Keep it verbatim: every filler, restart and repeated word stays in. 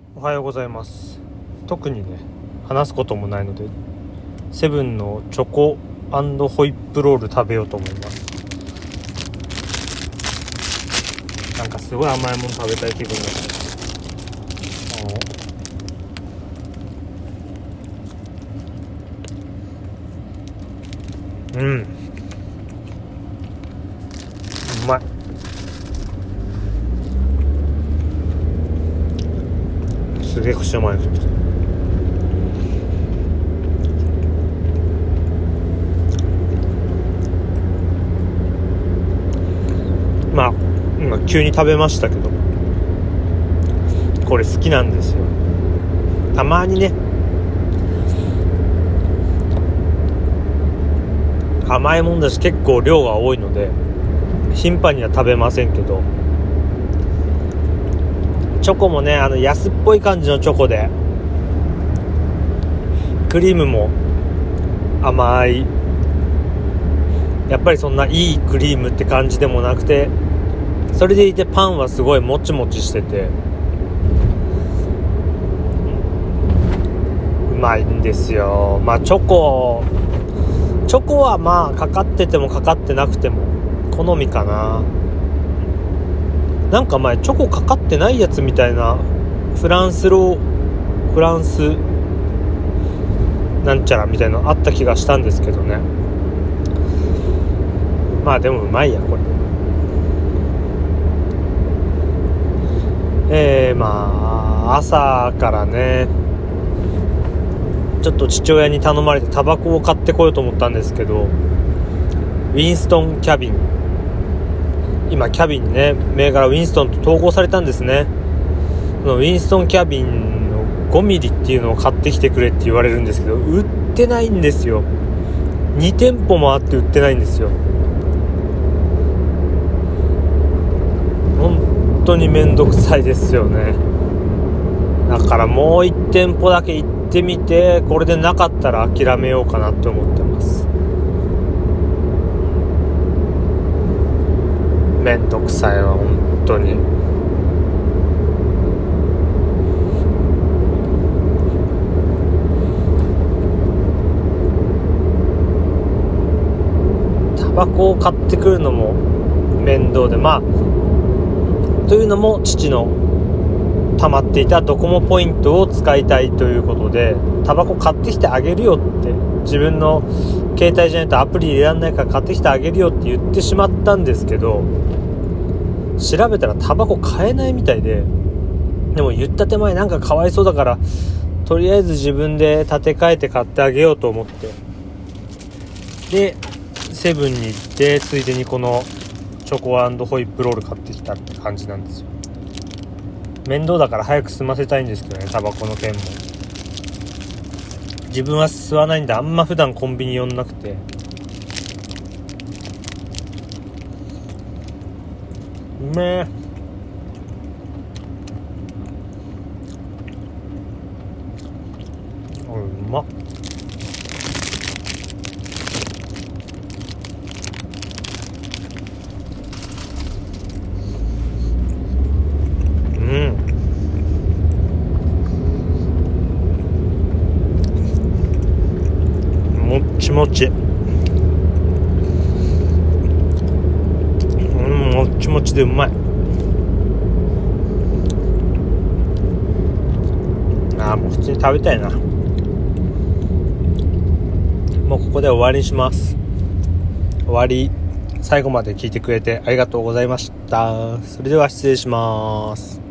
おはようございます。特にね話すこともないのでセブンのチョコ&ホイップロール食べようと思います。なんかすごい甘いもの食べたい気分になって、うん、うまい。すげえ口うまいです。まあ今急に食べましたけどこれ好きなんですよ。たまにね甘いもんだし結構量が多いので頻繁には食べませんけど、チョコもねあの安っぽい感じのチョコでクリームも甘い、やっぱりそんないいクリームって感じでもなくて、それでいてパンはすごいもちもちしててうまいんですよ。まあチョコチョコはまあかかっててもかかってなくても好みかな。なんか前チョコかかってないやつみたいなフランスロフランスなんちゃらみたいなのあった気がしたんですけどね。まあでもうまいやこれ。えー、まあ朝からねちょっと父親に頼まれてタバコを買ってこようと思ったんですけど、ウィンストンキャビン、今キャビンにね銘柄ウィンストンと統合されたんですね。そのウィンストンキャビンのごミリっていうのを買ってきてくれって言われるんですけど売ってないんですよ。に店舗もあって売ってないんですよ。本当にめんどくさいですよね。だからもういち店舗だけ行ってみてこれでなかったら諦めようかなって思ってます。めんどくさいわ本当に。タバコを買ってくるのも面倒で、まあというのも父の溜まっていたドコモポイントを使いたいということでタバコ買ってきてあげるよって自分の携帯じゃないとアプリ入れられないから買ってきてあげるよって言ってしまったんですけど、調べたらタバコ買えないみたいで、でも言った手前なんかかわいそうだからとりあえず自分で立て替えて買ってあげようと思ってでセブンに行ってついでにこのチョコ&ホイップロール買ってきたって感じなんですよ。面倒だから早く済ませたいんですけどね、タバコの件も。自分は吸わないんであんま普段コンビニ寄んなくて。うめえ。うまっ。もっちもち、うん、もっちもちでうまい。あーもう普通に食べたいな。もうここで終わりにします。終わり。最後まで聞いてくれてありがとうございました。それでは失礼します。